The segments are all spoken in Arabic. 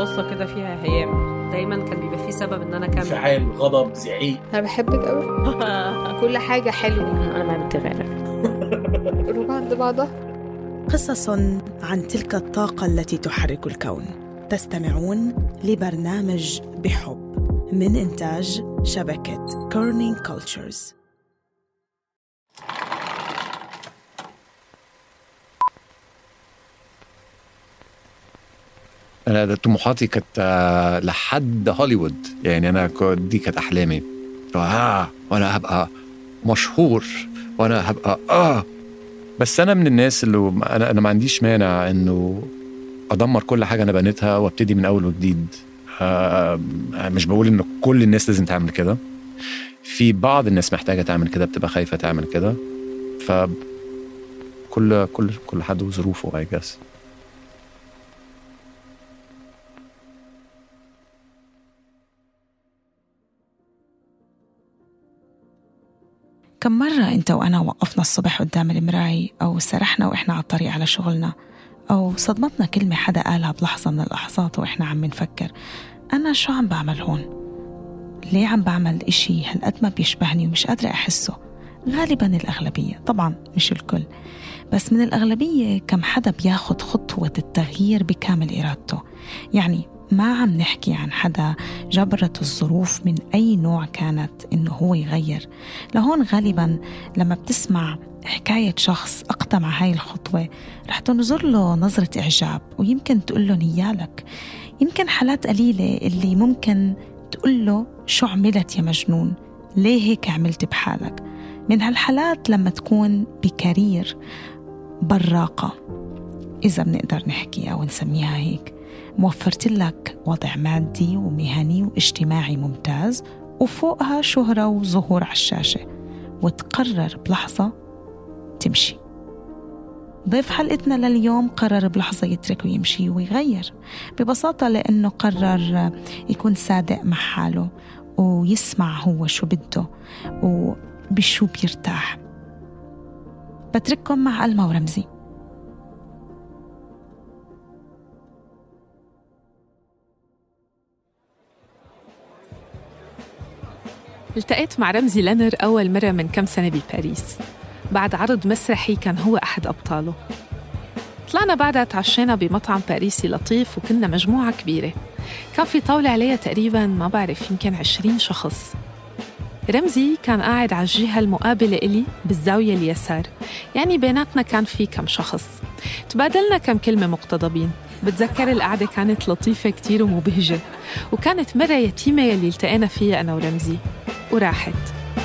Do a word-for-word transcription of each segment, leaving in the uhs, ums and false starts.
بصة كده فيها هيام. دايما كان بيبقى فيه سبب ان انا كمل. انفعال، غضب، زعيق. انا بحبك قوي. كل حاجه حلوه. انا ما بتغير. روح عند بعضها. قصص عن تلك الطاقة التي تحرك الكون. تستمعون لبرنامج بحب من إنتاج شبكة كورنينج كولتشرز. أنا طموحاتي كانت لحد هوليوود، يعني أنا دي كانت أحلامي. آه وأنا هبقى مشهور وأنا هبقى آه بس أنا من الناس اللي أنا أنا ما عنديش مانع إنه أدمر كل حاجة أنا بنيتها وابتدي من أول وجديد. آه مش بقول إن كل الناس لازم تعمل كده، في بعض الناس محتاجة تعمل كده، بتبقى خايفة تعمل كده، فكل كل كل حد وظروفه I guess. كم مرة أنت وأنا وقفنا الصبح قدام المراي، أو سرحنا وإحنا على الطريق على شغلنا، أو صدمتنا كلمة حدا قالها بلحظة من اللحظات وإحنا عم نفكر أنا شو عم بعمل هون؟ ليه عم بعمل إشي هالقد ما بيشبهني ومش قادرة أحسه؟ غالباً الأغلبية، طبعاً مش الكل، بس من الأغلبية كم حدا بياخد خطوة التغيير بكامل إرادته. يعني ما عم نحكي عن حدا جبرت الظروف من أي نوع كانت إنه هو يغير. لهون غالباً لما بتسمع حكاية شخص أقدم على هاي الخطوة رح تنظر له نظرة إعجاب، ويمكن تقول له نيالك. يمكن حالات قليلة اللي ممكن تقول له شو عملت يا مجنون، ليه هيك عملت بحالك. من هالحالات لما تكون بكارير براقة، إذا بنقدر نحكي أو نسميها هيك، موفرت لك وضع مادي ومهني واجتماعي ممتاز، وفوقها شهرة وظهور على الشاشة، وتقرر بلحظة تمشي. ضيف حلقتنا لليوم قرر بلحظة يترك ويمشي ويغير، ببساطة لأنه قرر يكون صادق مع حاله ويسمع هو شو بده وبشو بيرتاح. بترككم مع ألما ورمزي. التقيت مع رمزي لينر أول مرة من كم سنة بباريس بعد عرض مسرحي كان هو أحد أبطاله. طلعنا بعدها تعشينا بمطعم باريسي لطيف وكنا مجموعة كبيرة، كان في طاولة عليها تقريباً ما بعرف يمكن عشرين شخص. رمزي كان قاعد على الجهة المقابلة إلي بالزاوية اليسار، يعني بيناتنا كان في كم شخص. تبادلنا كم كلمة مقتضبين. بتذكر القعدة كانت لطيفة كتير ومبهجة، وكانت مرة يتيمة يلي التقينا فيها أنا ورمزي وراحت.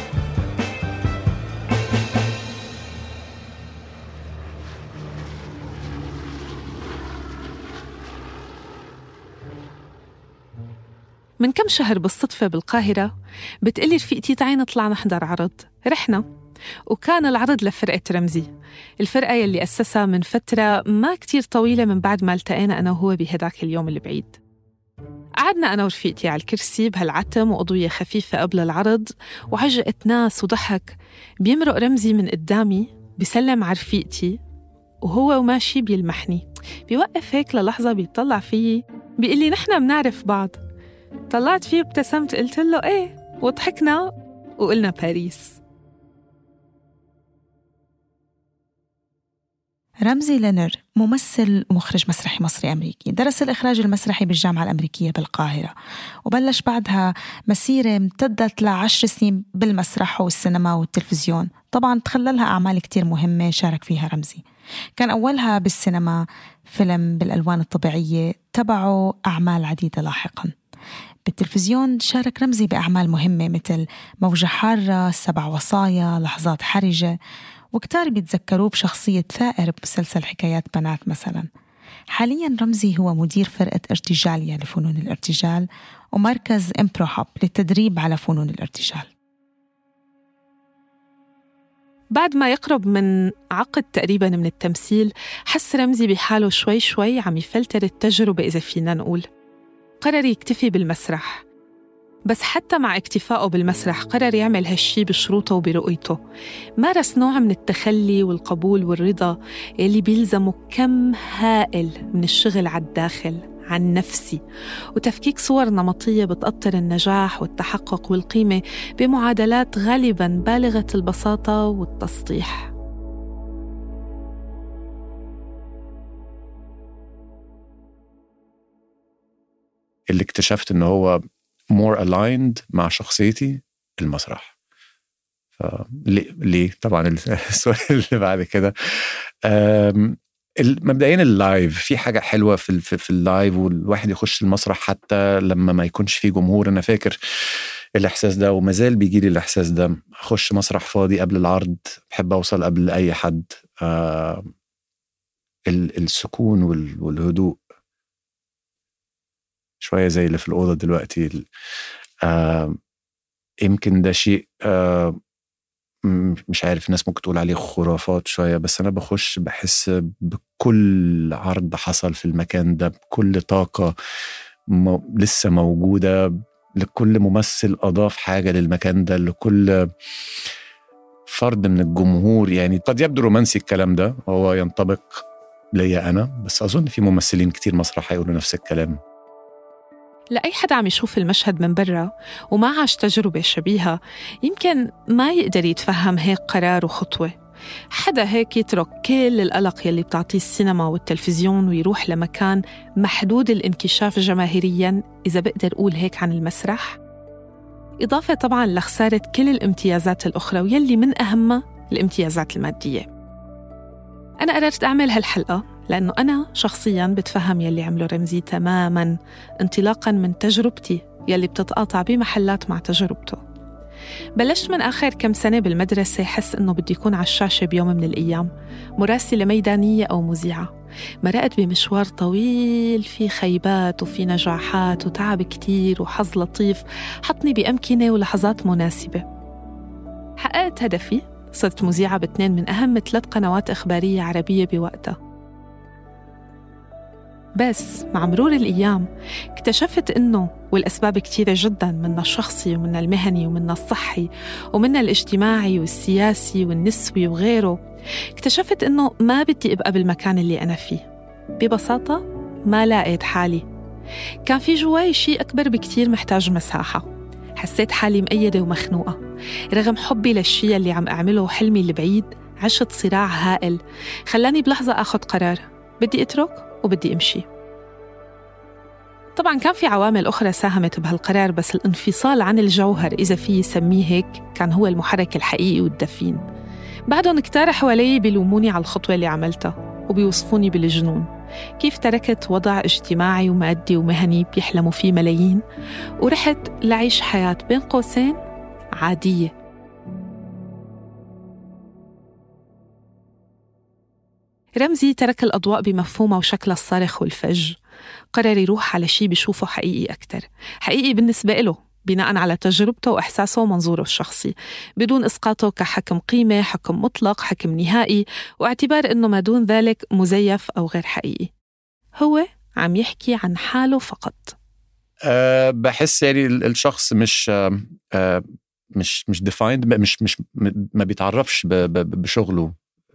من كم شهر بالصدفة بالقاهرة بتقلي رفيقتي تعي نطلع نحضر عرض. رحنا، وكان العرض لفرقة رمزي، الفرقة يلي أسسها من فترة ما كتير طويلة من بعد ما التقينا أنا وهو بهداك اليوم البعيد. قعدنا أنا ورفيقتي على الكرسي بهالعتم وأضوية خفيفة قبل العرض، وعجقة ناس وضحك. بيمرق رمزي من قدامي بيسلم على رفيقتي وهو وماشي بيلمحني، بيوقف هيك للحظة بيطلع فيي بيقول لي نحنا بنعرف بعض. طلعت فيه وابتسمت قلت له ايه، وضحكنا وقلنا باريس. رمزي لينر ممثل ومخرج مسرحي مصري أمريكي، درس الإخراج المسرحي بالجامعة الأمريكية بالقاهرة، وبلش بعدها مسيرة امتدت لعشر سنين بالمسرح والسينما والتلفزيون. طبعاً تخللها أعمال كتير مهمة شارك فيها رمزي، كان أولها بالسينما فيلم بالألوان الطبيعية، تبعه أعمال عديدة لاحقاً. بالتلفزيون شارك رمزي بأعمال مهمة مثل موجة حارة، سبع وصايا، لحظات حرجة، وكتار بيتذكروه بشخصية ثائر بمسلسل حكايات بنات مثلا. حاليا رمزي هو مدير فرقة ارتجاليا لفنون الارتجال ومركز إمبروهاب للتدريب على فنون الارتجال. بعد ما يقرب من عقد تقريبا من التمثيل، حس رمزي بحاله شوي شوي عم يفلتر التجربة إذا فينا نقول. قرر يكتفي بالمسرح، بس حتى مع اكتفائه بالمسرح قرر يعمل هالشي بشروطه وبرؤيته. مارس نوع من التخلي والقبول والرضا اللي بيلزمه كم هائل من الشغل على الداخل عن نفسي، وتفكيك صور نمطية بتأطر النجاح والتحقق والقيمة بمعادلات غالباً بالغة البساطة والتسطيح. اللي اكتشفت إنه هو more aligned مع شخصيتي المسرح. فليه ليه طبعا السؤال اللي بعد كده. مبدئيا اللايف في حاجة حلوة في في, في اللايف، والواحد يخش المسرح حتى لما ما يكونش فيه جمهور. أنا فاكر الإحساس ده ومازال بيجي لي الإحساس ده. أخش مسرح فاضي قبل العرض، بحب أوصل قبل أي حد. آه السكون والهدوء شوية زي اللي في الأوضة دلوقتي. آه يمكن ده شيء آه مش عارف، الناس ممكن تقول عليه خرافات شوية، بس أنا بخش بحس بكل عرض حصل في المكان ده، بكل طاقة م... لسه موجودة، لكل ممثل أضاف حاجة للمكان ده، لكل فرد من الجمهور. يعني قد يبدو رومانسي الكلام ده، هو ينطبق ليا أنا، بس أظن في ممثلين كتير مسرح هيقولوا نفس الكلام. لأي حدا عم يشوف المشهد من برا وما عاش تجربة شبيهة يمكن ما يقدر يتفهم هيك قرار وخطوة. حدا هيك يترك كل القلق يلي بتعطيه السينما والتلفزيون ويروح لمكان محدود الانكشاف جماهيرياً، إذا بقدر أقول هيك عن المسرح، إضافة طبعاً لخسارة كل الامتيازات الأخرى ويلي من أهمها الامتيازات المادية. أنا قررت أعمل هالحلقة لأنه أنا شخصياً بتفهم يلي عمله رمزي تماماً، انطلاقاً من تجربتي يلي بتتقاطع بمحلات مع تجربته. بلشت من آخر كم سنة بالمدرسة حس إنه بدي يكون على الشاشة بيوم من الأيام، مراسلة ميدانية أو مذيعة. مرقت بمشوار طويل فيه خيبات وفي نجاحات وتعب كتير وحظ لطيف حطني بأمكنة ولحظات مناسبة. حققت هدفي، صرت مذيعة باثنين من أهم ثلاث قنوات إخبارية عربية بوقتها. بس مع مرور الأيام اكتشفت إنه، والأسباب كتيرة جداً، منها الشخصي ومنها المهني ومنها الصحي ومنها الاجتماعي والسياسي والنسوي وغيره، اكتشفت إنه ما بدي أبقى بالمكان اللي أنا فيه. ببساطة ما لقيت حالي. كان في جواي شيء أكبر بكتير محتاج مساحة. حسيت حالي مقيدة ومخنوقة. رغم حبي للشيء اللي عم أعمله وحلمي اللي بعيد، عشت صراع هائل خلاني بلحظة أخذ قرار، بدي أترك وبدي أمشي. طبعاً كان في عوامل أخرى ساهمت بهالقرار، بس الانفصال عن الجوهر، إذا فيه سميه هيك، كان هو المحرك الحقيقي والدفين. بعدهم كتار حوالي بيلوموني على الخطوة اللي عملتها وبيوصفوني بالجنون. كيف تركت وضع اجتماعي ومادي ومهني بيحلموا فيه ملايين ورحت لعيش حياة بين قوسين عادية. رمزي ترك الأضواء بمفهومها وشكلها الصارخ والفج. قرر يروح على شيء بيشوفه حقيقي أكتر، حقيقي بالنسبة له بناء على تجربته وإحساسه ومنظوره الشخصي، بدون إسقاطه كحكم قيمة، حكم مطلق، حكم نهائي، واعتبار إنه ما دون ذلك مزيف أو غير حقيقي. هو عم يحكي عن حاله فقط. أه بحس يعني الشخص مش أه مش مش defined، مش مش ما بيتعرفش بشغله،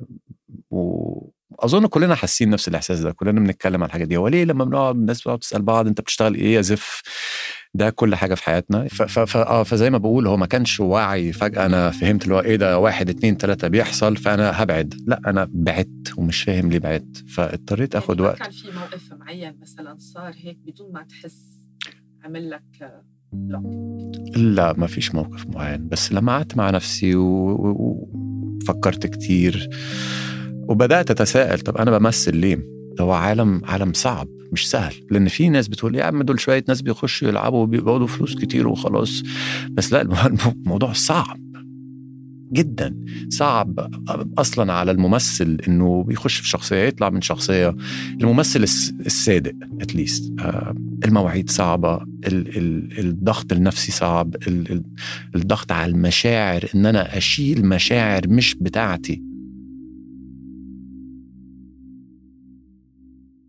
وأظن كلنا حاسين نفس الإحساس ده، كلنا بنتكلم عن الحاجة دي. وليه لما بنقعد الناس بتقعد تسأل بعض أنت بتشتغل إيه، يزف ده كل حاجة في حياتنا. ف ف ف آه فزي ما بقول، هو ما كانش وعي فجأة أنا فهمت اللي هو إيه ده، واحد اتنين تلاتة بيحصل فأنا هبعد. لا، أنا بعدت ومش فاهم ليه بعدت، فاضطريت أخد يعني وقت. كان في موقف معين مثلا صار هيك بدون ما تحس عمل لك لا؟ لا، ما فيش موقف معين، بس لما قعدت مع نفسي وفكرت كتير وبدأت أتساءل، طب أنا بمثل ليه؟ هو عالم عالم صعب مش سهل، لأن في ناس بتقول يا عم دول شوية ناس بيخشوا يلعبوا وبيقبضوا فلوس كتير وخلاص، بس لا، الموضوع صعب جدا. صعب أصلا على الممثل إنه بيخش في شخصية، يطلع من شخصية. الممثل الصادق اتليست، المواعيد صعبة، الضغط النفسي صعب، الضغط على المشاعر، إن أنا أشيل مشاعر مش بتاعتي.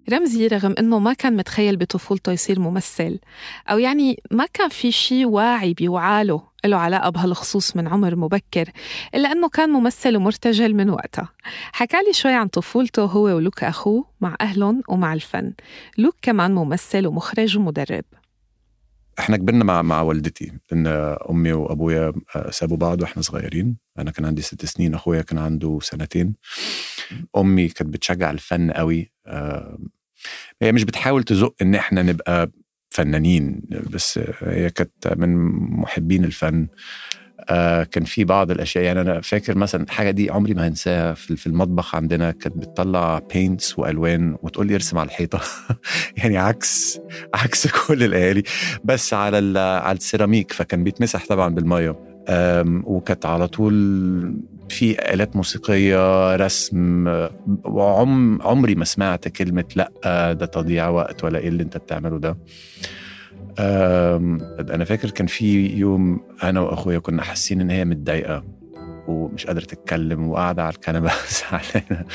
رمزي رغم إنه ما كان متخيل بطفولته يصير ممثل، أو يعني ما كان في شي واعي بيوعاله له علاقة بهالخصوص من عمر مبكر، إلا أنه كان ممثل ومرتجل من وقتها. حكالي شوي عن طفولته هو ولوك أخوه مع أهلهم ومع الفن. لوك كمان ممثل ومخرج ومدرب. احنا كبرنا مع مع والدتي، لأن أمي وأبويا سابوا بعض وإحنا صغيرين. أنا كان عندي ست سنين، أخويا كان عنده سنتين. أمي كانت بتشجع الفن قوي، هي مش بتحاول تزق إن إحنا نبقى فنانين، بس هي كانت من محبين الفن. آه كان في بعض الأشياء، يعني أنا فاكر مثلا حاجة دي عمري ما هنساها، في المطبخ عندنا كانت بتطلع بينتس وألوان وتقول لي ارسم على الحيطة يعني عكس عكس كل الأهالي، بس على على السيراميك، فكان بيتمسح طبعا بالمية. وكانت على طول في آلات موسيقية، رسم، وعم عمري ما سمعت كلمة لأ ده تضييع وقت ولا إيه اللي أنت بتعمله ده. أنا فاكر كان في يوم أنا وأخويا كنا حاسين إن هي متضايقة ومش قادرة تتكلم وقاعدة على الكنبة زعلانة،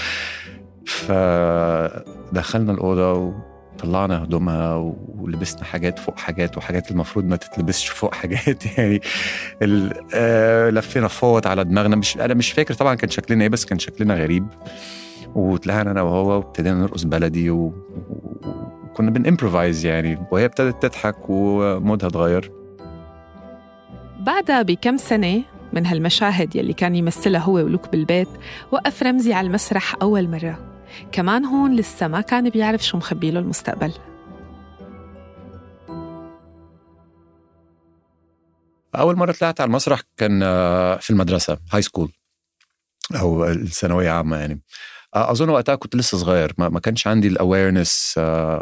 فدخلنا الأوضة وطلعنا هدومها ولبسنا حاجات فوق حاجات وحاجات المفروض ما تتلبسش فوق حاجات يعني لفينا فوت على دماغنا. مش أنا مش فاكر طبعا كان شكلنا إيه، بس كان شكلنا غريب. وطلعنا أنا وهو وابتدينا نرقص بلدي و... كنا بنإمبروفايز يعني، وهي ابتدت تضحك ومودها اتغير. بعدها بكم سنة من هالمشاهد يلي كان يمثلها هو ولوك بالبيت، وقف رمزي على المسرح أول مرة. كمان هون لسه ما كان بيعرف شو مخبيله المستقبل. أول مرة طلعت على المسرح كان في المدرسة، هاي سكول أو الثانوية عامة يعني. أظن وقتها كنت لسه صغير، ما كانش عندي الأويرنس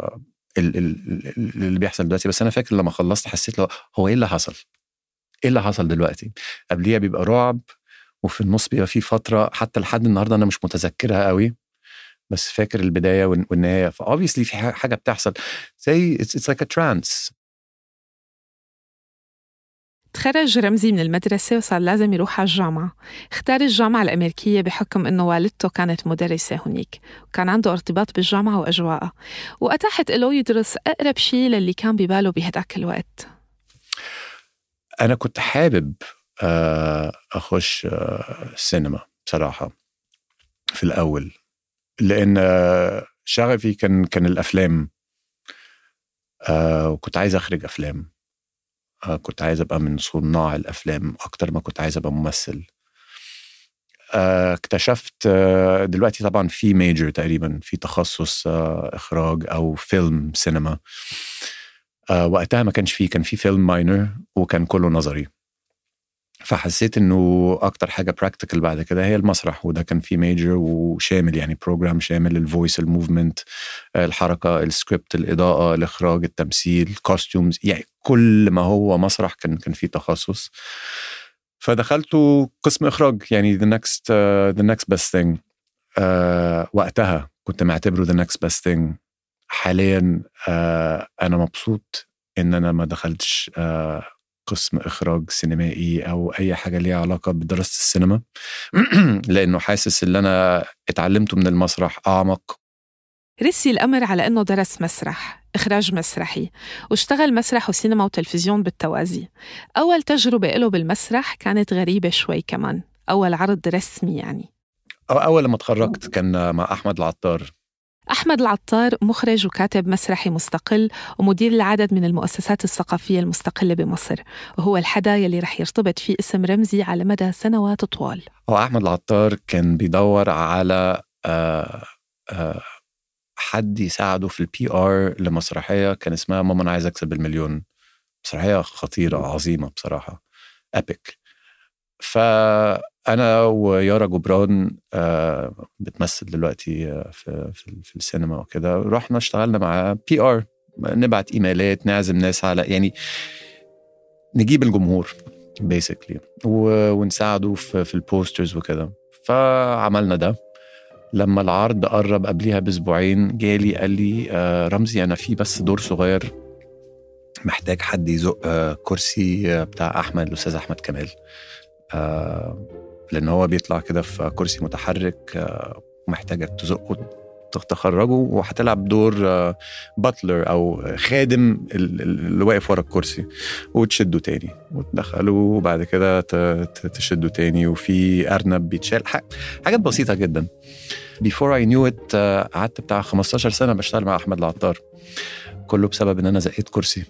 اللي بيحصل دلوقتي. بس أنا فاكر لما خلصت حسيت له هو إيه اللي حصل؟ إيه اللي حصل دلوقتي؟ قبليها بيبقى رعب، وفي النص بيبقى فيه فترة حتى لحد النهاردة أنا مش متذكرها قوي، بس فاكر البداية والنهاية. فobviously في حاجة بتحصل زي it's, it's like a trance. تخرج رمزي من المدرسة وصار لازم يروح على الجامعة. اختار الجامعة الأمريكية بحكم أنه والدته كانت مدرسة هناك، وكان عنده ارتباط بالجامعة وأجواءها، وأتاحت له يدرس أقرب شيء للي كان بباله بهداك الوقت. أنا كنت حابب أخش السينما بصراحة في الأول، لأن شغفي كان كان الأفلام، وكنت عايز أخرج أفلام، كنت عايز أبقى من صناع الأفلام أكتر ما كنت عايز أبقى ممثل. اكتشفت دلوقتي طبعا في ميجر تقريبا في تخصص إخراج أو فيلم سينما. وقتها ما كانش فيه، كان في فيلم ماينر وكان كله نظري. فحسيت إنه أكتر حاجة براكتيكال بعد كده هي المسرح، وده كان فيه ميجر وشامل، يعني بروجرام شامل، الفويس، الموفمنت، الحركة، السكريبت، الإضاءة، الإخراج، التمثيل، كوستيومز، يعني كل ما هو مسرح كان كان فيه تخصص. فدخلته قسم إخراج، يعني the next uh, the next best thing. uh, وقتها كنت معتبره the next best thing. حاليا uh, أنا مبسوط إن أنا ما دخلتش uh, قسم إخراج سينمائي أو أي حاجة ليها علاقة بدراسة السينما لأنه حاسس اللي أنا اتعلمته من المسرح أعمق. رسي الأمر على أنه درس مسرح، إخراج مسرحي، واشتغل مسرح وسينما وتلفزيون بالتوازي. أول تجربة له بالمسرح كانت غريبة شوي كمان، أول عرض رسمي يعني. أول لما تخرجت كان مع أحمد العطار. أحمد العطار مخرج وكاتب مسرحي مستقل ومدير العدد من المؤسسات الثقافية المستقلة بمصر، وهو الحدا يلي رح يرتبط فيه اسم رمزي على مدى سنوات طوال. هو أحمد العطار كان بيدور على آه آه حد يساعده في البي آر لمسرحية كان اسمها ماما أنا عايز أكسب المليون. مسرحية خطيرة عظيمة بصراحة، أبيك. فأنا ويارا جبران آه بتمثل دلوقتي آه في, في, في السينما وكده، رحنا اشتغلنا مع بي آر، نبعت إيميلات، نعزم ناس على، يعني نجيب الجمهور basically ونساعده في, في البوسترز وكده. فعملنا ده. لما العرض قرب قبليها بأسبوعين جالي قال لي آه رمزي أنا في بس دور صغير محتاج حد يزق آه كرسي آه بتاع أحمد، الأستاذ أحمد كمال، آه لأن هو بيطلع كده في كرسي متحرك آه ومحتاجك تزقه تخرجوا وهتلعب دور باتلر أو خادم اللي واقف ورا الكرسي، وتشدوا تاني وتدخلوا وبعد كده تشدوا تاني، وفي أرنب بيتشال، حاجات بسيطة جدا. before I knew it قعدت بتاع خمستاشر سنة بشتغل مع أحمد العطار، كله بسبب إن أنا زقيت كرسي.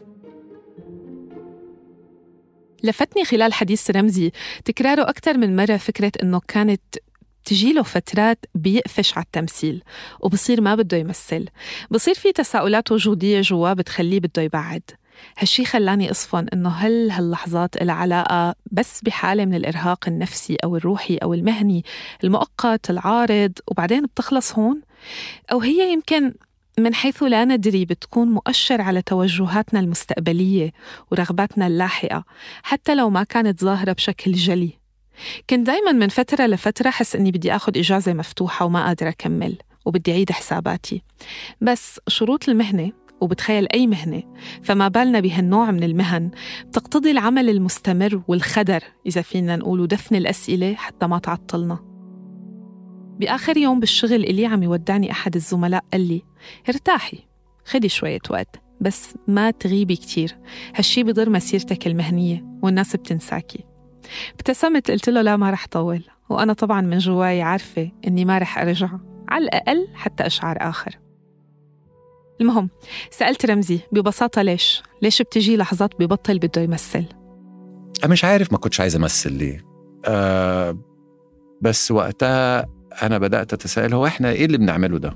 لفتني خلال حديث رمزي تكراره أكتر من مرة فكرة إنه كانت تجيله فترات بيقفش على التمثيل وبصير ما بده يمثل، بصير في تساؤلات وجودية جواه بتخليه بده يبعد. هالشي خلاني أصفن إنه هل هاللحظات العلاقة بس بحالة من الإرهاق النفسي أو الروحي أو المهني المؤقت العارض وبعدين بتخلص هون، أو هي يمكن من حيث لا ندري بتكون مؤشر على توجهاتنا المستقبلية ورغباتنا اللاحقة حتى لو ما كانت ظاهرة بشكل جلي. كنت دايماً من فترة لفترة حس أني بدي أخذ إجازة مفتوحة وما قادرة أكمل وبدي أعيد حساباتي، بس شروط المهنة وبتخيل أي مهنة فما بالنا بهالنوع من المهن بتقتضي العمل المستمر والخدر إذا فينا نقول، ودفن الأسئلة حتى ما تعطلنا. بآخر يوم بالشغل إلي عم يودعني أحد الزملاء قال لي ارتاحي خدي شوية وقت بس ما تغيبي كتير، هالشي بضر مسيرتك المهنية والناس بتنساكي. ابتسمت قلت له لا ما رح طول، وأنا طبعا من جواي عارفة أني ما رح أرجع على الأقل حتى أشعر آخر. المهم سألت رمزي ببساطة ليش ليش بتجي لحظات ببطل بده يمثل؟ أنا مش عارف ما كنتش عايز أمثل ليه، أه بس وقتها أنا بدأت أتساءل هو إحنا إيه اللي بنعمله ده؟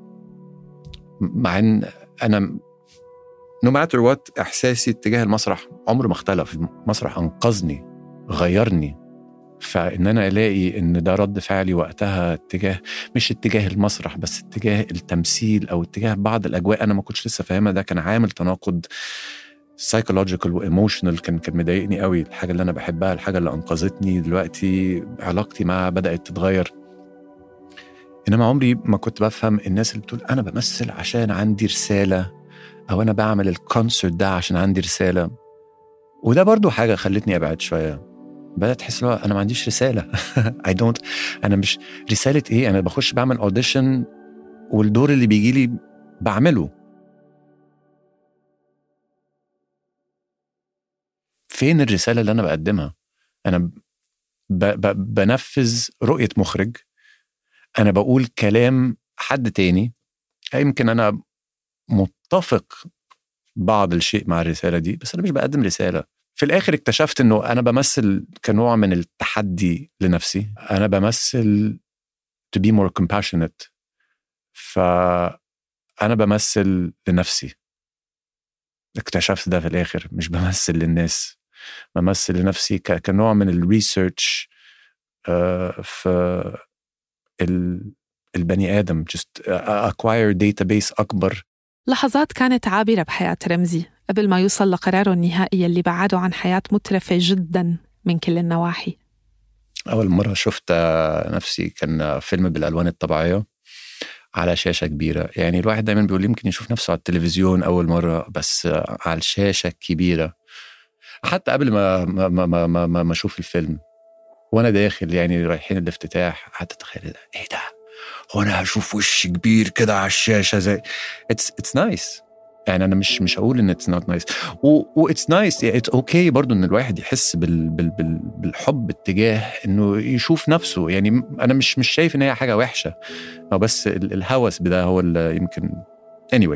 مع أن أنا no matter what إحساسي تجاه المسرح عمره ما اختلف، المسرح أنقذني غيرني، فإن أنا ألاقي إن ده رد فعلي وقتها اتجاه مش اتجاه المسرح بس اتجاه التمثيل أو اتجاه بعض الأجواء أنا ما كنتش لسه فاهمها، ده كان عامل تناقض psychological و emotional كان كان مضايقني قوي. الحاجة اللي أنا بحبها، الحاجة اللي أنقذتني، دلوقتي علاقتي معها بدأت تتغير. إنما عمري ما كنت بفهم الناس اللي بتقول أنا بمثل عشان عندي رسالة، أو أنا بعمل الكونسرت ده عشان عندي رسالة. وده برضو حاجة خلتني أبعد شوية، بدأت أحس له أنا ما عنديش رسالة I don't أنا مش رسالة إيه، أنا بخش بعمل أوديشن والدور اللي بيجي لي بعمله. فين الرسالة اللي أنا بقدمها؟ أنا ب... ب... بنفذ رؤية مخرج، أنا بقول كلام حد تاني، يمكن أنا متفق بعض الشيء مع الرسالة دي بس أنا مش بقدم رسالة. في الآخر اكتشفت أنه أنا بمثل كنوع من التحدي لنفسي، أنا بمثل to be more compassionate، فأنا بمثل لنفسي. اكتشفت ده في الآخر، مش بمثل للناس، بمثل لنفسي كنوع من الريسيرش في البني آدم، just acquire database أكبر. لحظات كانت عابرة بحياة رمزي قبل ما يوصل لقراره النهائي اللي بعده عن حياة مترفة جدا من كل النواحي. أول مرة شفت نفسي كان فيلم بالألوان الطبيعية على شاشة كبيرة. يعني الواحد دايما بيقول يمكن يشوف نفسه على التلفزيون أول مرة، بس على الشاشة كبيرة. حتى قبل ما ما ما ما ما, ما, ما أشوف الفيلم وأنا داخل، يعني رايحين الافتتاح، حتى تخيل ده إيه ده، هو أنا هشوف وش كبير كده على الشاشة زي it's it's nice. يعني أنا مش مش هقول إن it's not nice و, و it's nice it's okay برضو إن الواحد يحس بال بال بال بالحب اتجاه إنه يشوف نفسه. يعني أنا مش مش شايف إن هي حاجة وحشة، أو بس الهوس بده هو اللي يمكن anyway.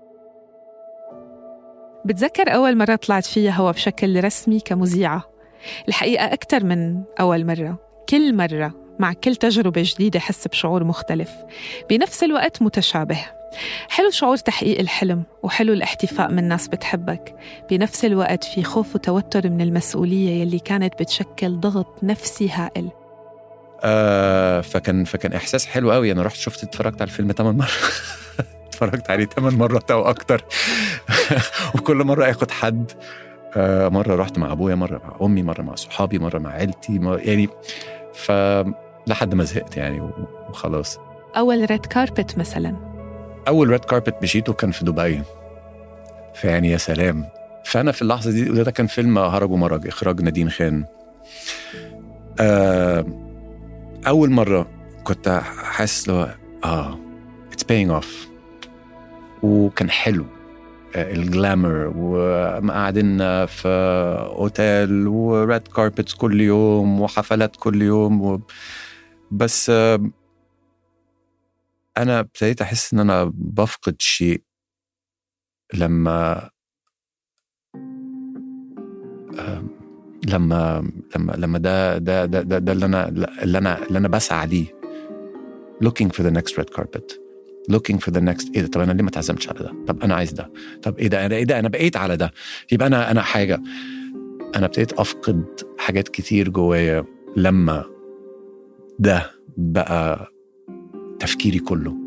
بتذكر أول مرة طلعت فيها هو بشكل رسمي كمذيعة، الحقيقة أكتر من أول مرة، كل مرة مع كل تجربة جديدة حس بشعور مختلف بنفس الوقت متشابه. حلو شعور تحقيق الحلم، وحلو الاحتفاء من ناس بتحبك، بنفس الوقت في خوف وتوتر من المسؤولية يلي كانت بتشكل ضغط نفسي هائل. آه فكان فكان إحساس حلو قوي. أنا رحت شفت اتفرجت على الفيلم ثمان مرات اتفرجت عليه ثمان مرات أو أكتر وكل مرة أخد حد، آه مرة رحت مع أبويا، مرة مع أمي، مرة مع صحابي، مرة مع عيلتي، مرة يعني فلحد ما زهقت يعني وخلاص. أول ريد كاربت مثلا، أول ريد كاربت مشيته كان في دبي، فيعني يا سلام. فأنا في اللحظة دي، وده كان فيلم هرج ومرج إخراج نادين خان، آه أول مرة كنت حاسس له آه it's paying off. وكان حلو الجلامر، وقاعدين في اوتيل وريد كاربتس كل يوم وحفلات كل يوم و... بس انا ابتديت احس ان انا بفقد شيء لما لما لما لما ده ده ده ده, ده اللي انا اللي انا اللي انا بسعى ليه. looking for the next red carpet, looking for the next. ايه ده؟ طب انا ليه ما اتعزمتش على ده؟ طب انا عايز ده. طب ايه ده؟ انا ايه ده؟ انا بقيت على ده. يبقى انا انا حاجه انا ابتديت افقد حاجات كتير جوايا لما ده بقى تفكيري كله.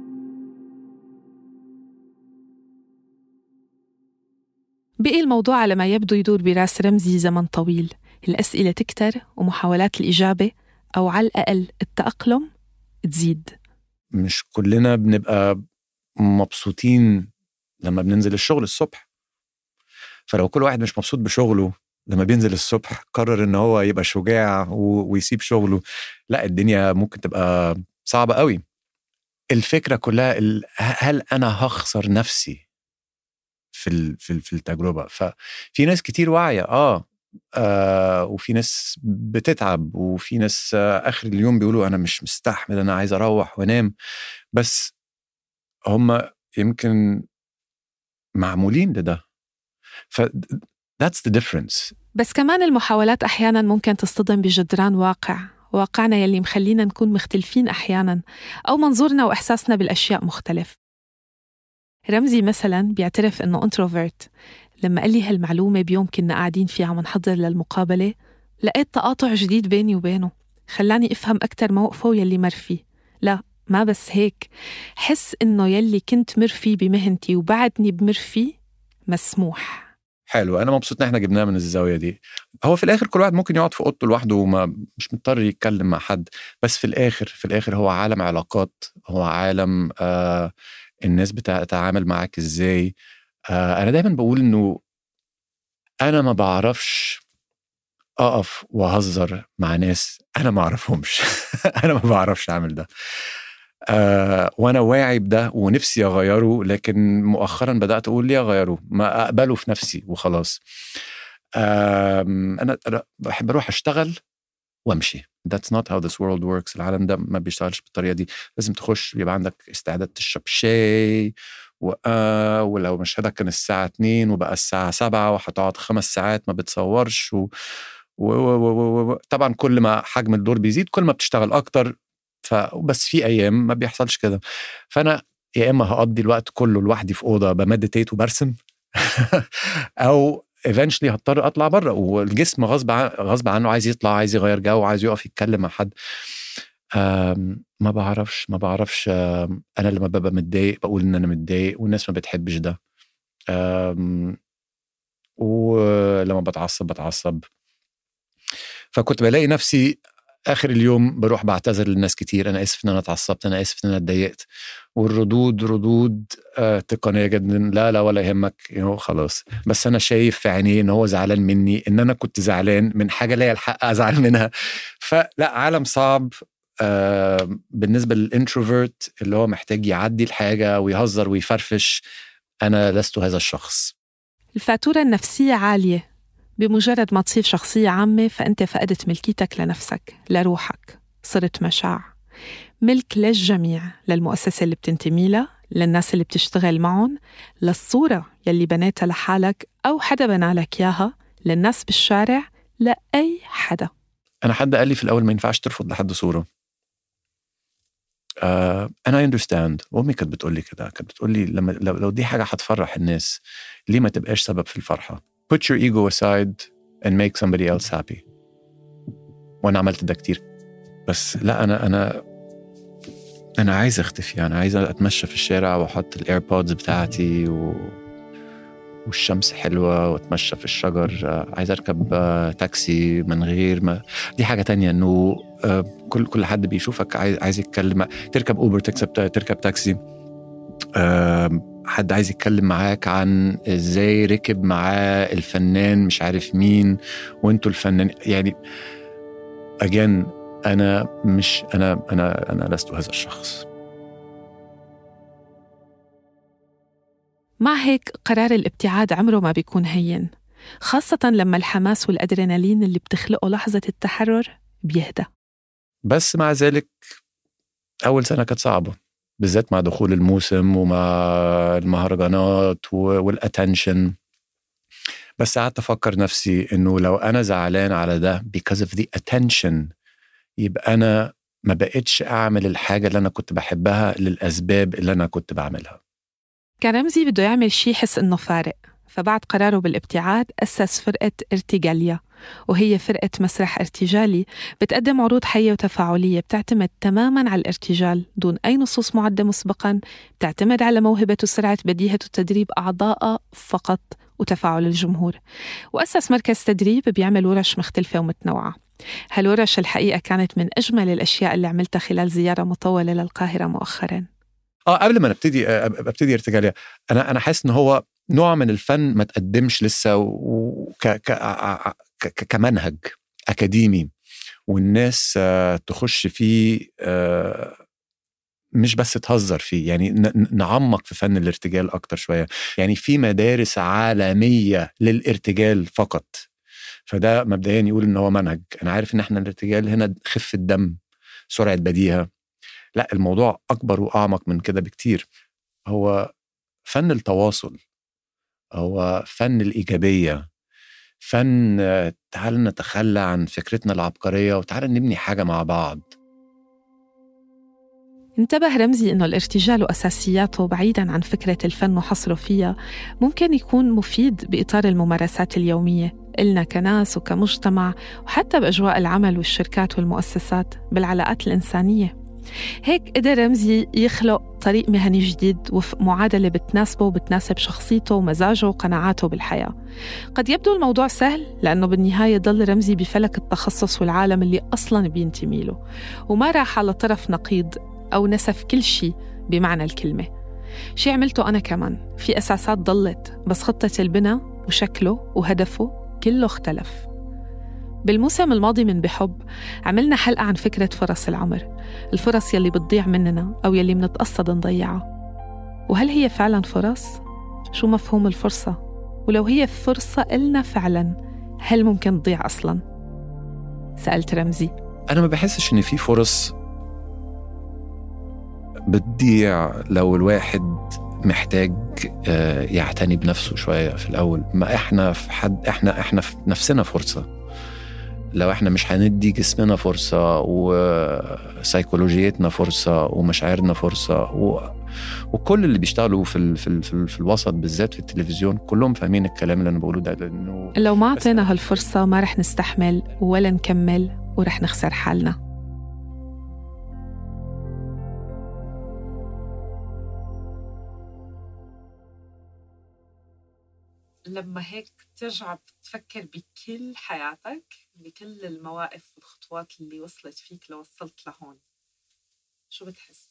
بقي الموضوع على ما يبدو يدور براس رمزي زمن طويل، الأسئلة تكتر ومحاولات الإجابة أو على الأقل التأقلم تزيد. مش كلنا بنبقى مبسوطين لما بننزل الشغل الصبح، فلو كل واحد مش مبسوط بشغله لما بينزل الصبح قرر ان هو يبقى شجاع ويسيب شغله، لا الدنيا ممكن تبقى صعبة قوي. الفكرة كلها هل انا هخسر نفسي في في التجربة؟ ففي ناس كتير واعية اه, آه وفي ناس بتتعب، وفي ناس آه آخر اليوم بيقولوا أنا مش مستحمل، أنا عايز أروح وانام، بس هم يمكن معمولين لده. ف that's the difference. بس كمان المحاولات أحياناً ممكن تصطدم بجدران واقع واقعنا يلي مخلينا نكون مختلفين أحياناً، أو منظورنا وإحساسنا بالأشياء مختلف. رمزي مثلاً بيعترف إنه انتروفيرت. لما قال لي هالمعلومة بيوم كنا قاعدين فيه عم نحضر للمقابلة، لقيت تقاطع جديد بيني وبينه، خلاني أفهم أكتر موقفه يلي مر فيه. لا ما بس هيك، حس إنه يلي كنت مر فيه بمهنتي وبعدني بمر فيه مسموح. حلو، أنا مبسوط إن إحنا جبناه من الزاوية دي. هو في الآخر كل واحد ممكن يقعد في أوضته لوحده وما مش مضطر يتكلم مع حد، بس في الآخر في الآخر هو عالم علاقات، هو عالم آه الناس بتتعامل معاك إزاي. آه أنا دايما بقول إنه أنا ما بعرفش أقف وهزر مع ناس أنا ما أعرفهمش. أنا ما بعرفش أعمل ده. آه وأنا واعي بده ونفسي أغيره، لكن مؤخرا بدأت أقول ليه أغيره؟ ما أقبله في نفسي وخلاص. آه أنا بحب أروح أشتغل وأمشي. That's not how this world works. العالم ده ما بيشتغلش بالطريقة دي. لازم تخش يبقى عندك استعداد تشرب شاي و... آه ولو مشهدك كان الساعة اتنين وبقى الساعة سبعة وهتقعد خمس ساعات ما بتصورش و... و... و... و... و... طبعا كل ما حجم الدور بيزيد كل ما بتشتغل أكتر. ف... بس في أيام ما بيحصلش كده، فأنا يا إما هقضي الوقت كله لوحدي في أوضة بمديتيت وبرسم أو eventually هضطر أطلع بره، والجسم غصب عن... غصب عنه عايز يطلع، عايز يغير جو، عايز يقف يتكلم مع حد. ما بعرفش ما بعرفش أنا لما ببقى متضايق بقول إن أنا متضايق والناس ما بتحبش ده، ولما بتعصب بتعصب. فكنت بلاقي نفسي آخر اليوم بروح بعتذر للناس كتير، أنا آسف إن أنا اتعصبت، أنا آسف إن أنا اتضايقت، والردود ردود آه تقنية جدا، لا لا ولا يهمك يو خلاص. بس أنا شايف في عينيه إن هو زعلان مني، إن أنا كنت زعلان من حاجة لا الحق أزعل منها. فلا عالم صعب آه بالنسبة للإنتروفيرت اللي هو محتاج يعدي الحاجة ويهزر ويفرفش. أنا لست هذا الشخص. الفاتورة النفسية عالية. بمجرد ما تصير شخصية عامة فأنت فقدت ملكيتك لنفسك، لروحك، صرت مشاع، ملك للجميع، للمؤسسة اللي بتنتمي لها، للناس اللي بتشتغل معهم، للصورة يلي بنيتها لحالك أو حدا بنالك إياها، للناس بالشارع، لأي حدا. أنا حد قال لي في الأول ما ينفعش ترفض لحد صورة. آه أنا understand. وأمي كانت بتقول لي كده، كانت بتقول لي لما لو, لو دي حاجة هتفرح الناس ليه ما تبقاش سبب في الفرحة؟ Put your ego aside and make somebody else happy. وأنا عملت ده كتير، بس لا أنا أنا أنا عايز أختفي. أنا عايز أتمشى في الشارع وأحط الإيربودز بتاعتي و... والشمس حلوة وأتمشى في الشجر. عايز أركب تاكسي من غير ما دي حاجة تانية، إنه كل كل حد بيشوفك عايز عايز يتكلم، تركب أوبر، تكسب تركب تاكسي، حد عايز يتكلم معاك عن ازاي ركب معاه الفنان مش عارف مين وانتوا الفنان. يعني again انا مش انا انا انا لست هذا الشخص. مع هيك قرار الابتعاد عمره ما بيكون هين، خاصة لما الحماس والأدرينالين اللي بتخلقه لحظة التحرر بيهدى. بس مع ذلك أول سنة كانت صعبة، بالذات مع دخول الموسم ومع المهرجانات والاتنشن. بس قعدت أفكر نفسي إنه لو أنا زعلان على ده because of the attention، يبقى أنا ما بقتش أعمل الحاجة اللي أنا كنت بحبها للأسباب اللي أنا كنت بعملها. كان رمزي بده يعمل شي يحس إنه فارق، فبعد قراره بالابتعاد أسس فرقة ارتجاليا، وهي فرقة مسرح ارتجالي بتقدم عروض حية وتفاعلية بتعتمد تماماً على الارتجال دون أي نصوص معدة مسبقاً، بتعتمد على موهبة وسرعة بديهة وتدريب أعضاء فقط وتفاعل الجمهور. وأسس مركز تدريب بيعمل ورش مختلفة ومتنوعة. هالورش الحقيقة كانت من أجمل الأشياء اللي عملتها خلال زيارة مطولة للقاهرة مؤخراً. آه قبل ما نبتدي أبتدي ارتجاليا، أنا أنا حاسس إن هو نوع من الفن ما تقدمش لسه وك ك ك كمنهج أكاديمي والناس تخش فيه، مش بس تهزر فيه، يعني نعمق في فن الارتجال أكتر شوية. يعني في مدارس عالمية للارتجال فقط، فده مبدئيا يقول إن هو منهج. أنا عارف إن إحنا الارتجال هنا خفة دم، سرعة بديهة، لا الموضوع أكبر وأعمق من كده بكتير. هو فن التواصل، هو فن الإيجابية، فن تعال نتخلى عن فكرتنا العبقرية وتعال نبني حاجة مع بعض. انتبه رمزي إنه الارتجال وأساسياته بعيداً عن فكرة الفن وحصره فيها ممكن يكون مفيد بإطار الممارسات اليومية إلنا كناس وكمجتمع، وحتى بأجواء العمل والشركات والمؤسسات بالعلاقات الإنسانية. هيك قدر رمزي يخلق طريق مهني جديد وفق معادلة بتناسبه وبتناسب شخصيته ومزاجه وقناعاته بالحياة. قد يبدو الموضوع سهل لأنه بالنهاية ضل رمزي بفلك التخصص والعالم اللي أصلاً بينتمي له، وما راح على طرف نقيض أو نسف كل شيء بمعنى الكلمة. شي عملته أنا كمان في أساسات ضلت، بس خطة البناء وشكله وهدفه كله اختلف. بالموسم الماضي من بحب عملنا حلقة عن فكرة فرص العمر، الفرص يلي بتضيع مننا أو يلي منتقصد نضيعها. وهل هي فعلا فرص؟ شو مفهوم الفرصة؟ ولو هي فرصة إلنا فعلا، هل ممكن تضيع أصلا؟ سألت رمزي. أنا ما بحسش إن في فرص بتضيع لو الواحد محتاج يعتني بنفسه شوية في الأول. ما إحنا في حد إحنا إحنا في نفسنا فرصة. لو إحنا مش هندي جسمنا فرصة وسيكولوجيتنا فرصة ومشاعرنا فرصة و... وكل اللي بيشتغلوا في ال... في ال... في, ال... في الوسط بالذات في التلفزيون كلهم فاهمين الكلام اللي أنا بقوله ده، لأنه لو ما عطينا هالفرصة ما رح نستحمل ولا نكمل ورح نخسر حالنا. لما هيك ترجع بتفكر بكل حياتك، بكل المواقف والخطوات اللي وصلت فيك لو وصلت لهون، شو بتحس؟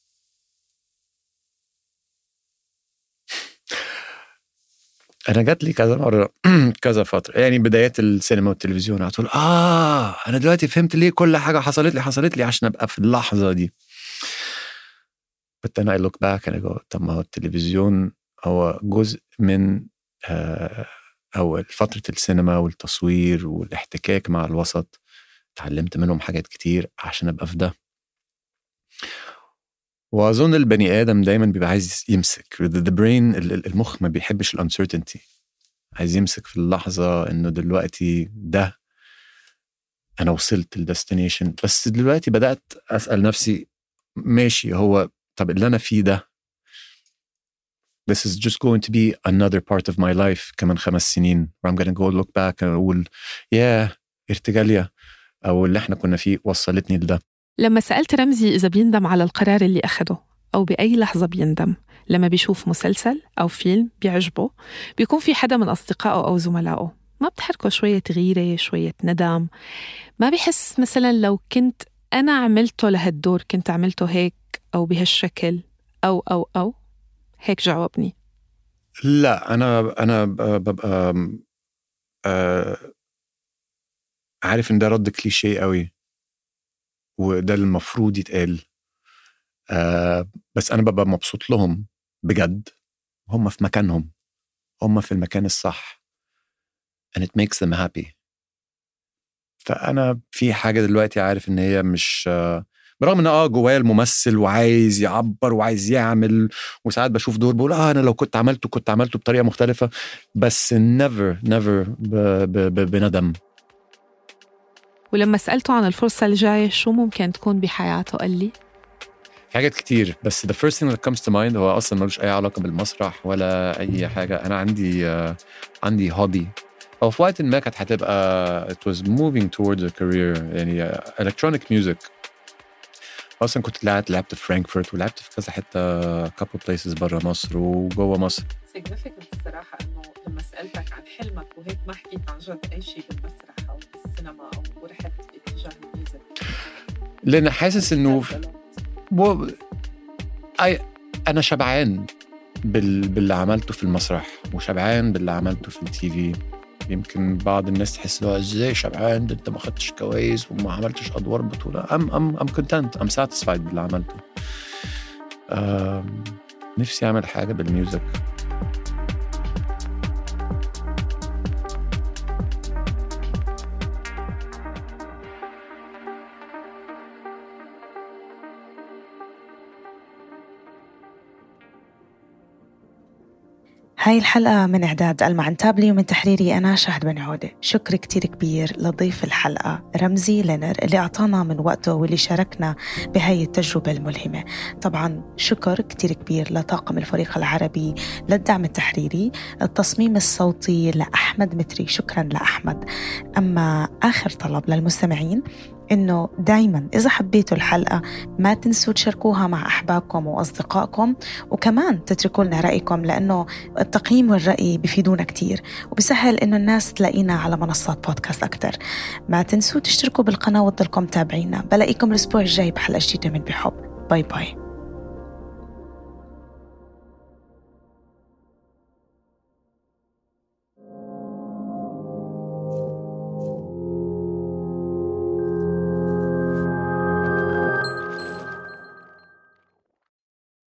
أنا جات لي كذا مرة كذا فترة، يعني بدايات السينما والتلفزيون، هتقول آه أنا دلوقتي فهمت ليه كل حاجة حصلت لي حصلت لي عشان أبقى في اللحظة دي. But then I look back and I go طب ما هو التلفزيون هو جزء من أول فترة السينما والتصوير والاحتكاك مع الوسط، تعلمت منهم حاجات كتير عشان أبقى في ده. وأظن البني آدم دايما بيبقى عايز يمسك the brain، المخ ما بيحبش الانسرتينتي، عايز يمسك في اللحظة إنه دلوقتي ده أنا وصلت الديستنيشن. بس دلوقتي بدأت أسأل نفسي ماشي، هو طب اللي أنا فيه ده this is just going to be another part of my life كمان خمس سنين where I'm gonna go look back and أقول يا ارتجاليا أو اللي احنا كنا فيه وصلتني لده. لما سألت رمزي إذا بيندم على القرار اللي أخده أو بأي لحظة بيندم لما بيشوف مسلسل أو فيلم بيعجبه، بيكون في حدا من أصدقائه أو زملائه ما بتحركه شوية غيرة شوية ندم، ما بيحس مثلا لو كنت أنا عملته لهالدور كنت عملته هيك أو بهالشكل أو أو أو هيك جاوبني. لا أنا أنا ببقى آه عارف إن ده رد كليشيه قوي وده المفروض يتقال، آه بس أنا ببقى مبسوط لهم بجد، هم في مكانهم، هم في المكان الصح and it makes them happy. فأنا في حاجة دلوقتي عارف إن هي مش برغم إن آه جوايا الممثل وعايز يعبر وعايز يعمل، وساعات بشوف دور بقول آه أنا لو كنت عملته كنت عملته بطريقة مختلفة، بس never never ب ب ب بندم. ولما سألته عن الفرصة الجاية شو ممكن تكون بحياته قال لي حاجات كتير، بس the first thing that comes to mind هو أصلا ملوش أي علاقة بالمسرح ولا أي حاجة. أنا عندي uh, عندي hobby أو في وقت ما كانت هتبقى it was moving towards a career يعني uh, electronic music. أصلا كنت لعبت لعبت في فرانكفورت ولعبت في كذا حتة couple places برا مصر وجوه مصر. significant الصراحة إنه لما سألتك عن حلمك وهيك ما حكيت عن جد أي شيء بالمسرح أو بالسينما أو رحت باتجاه الميوزك، لأن حاسس إنه و... أي... أنا شبعان بال... باللي عملته في المسرح وشبعان باللي عملته في التي في. يمكن بعض الناس تحس له إزاي شبعان ده أنت ما خدتش كويس وما عملتش أدوار بطولة. I'm, I'm, I'm content I'm satisfied باللي عملته. أم... نفسي أعمل حاجة بالميوزك. هاي الحلقة من إعداد ألمع عنتابلي ومن تحريري أنا شهد بن عودة. شكر كتير كبير لضيف الحلقة رمزي لينر اللي أعطانا من وقته واللي شاركنا بهاي التجربة الملهمة. طبعا شكر كتير كبير لطاقم الفريق العربي للدعم التحريري، التصميم الصوتي لأحمد متري، شكرا لأحمد. أما آخر طلب للمستمعين إنه دايماً إذا حبيتوا الحلقة ما تنسوا تشاركوها مع أحبابكم وأصدقائكم، وكمان تتركوا لنا رأيكم لأنه التقييم والرأي بيفيدونا كتير وبسهل إنه الناس تلاقينا على منصات بودكاست أكتر. ما تنسوا تشتركوا بالقناة وتضلكم تابعينا. بلاقيكم الأسبوع الجاي بحلقة جديدة من بحب. باي باي.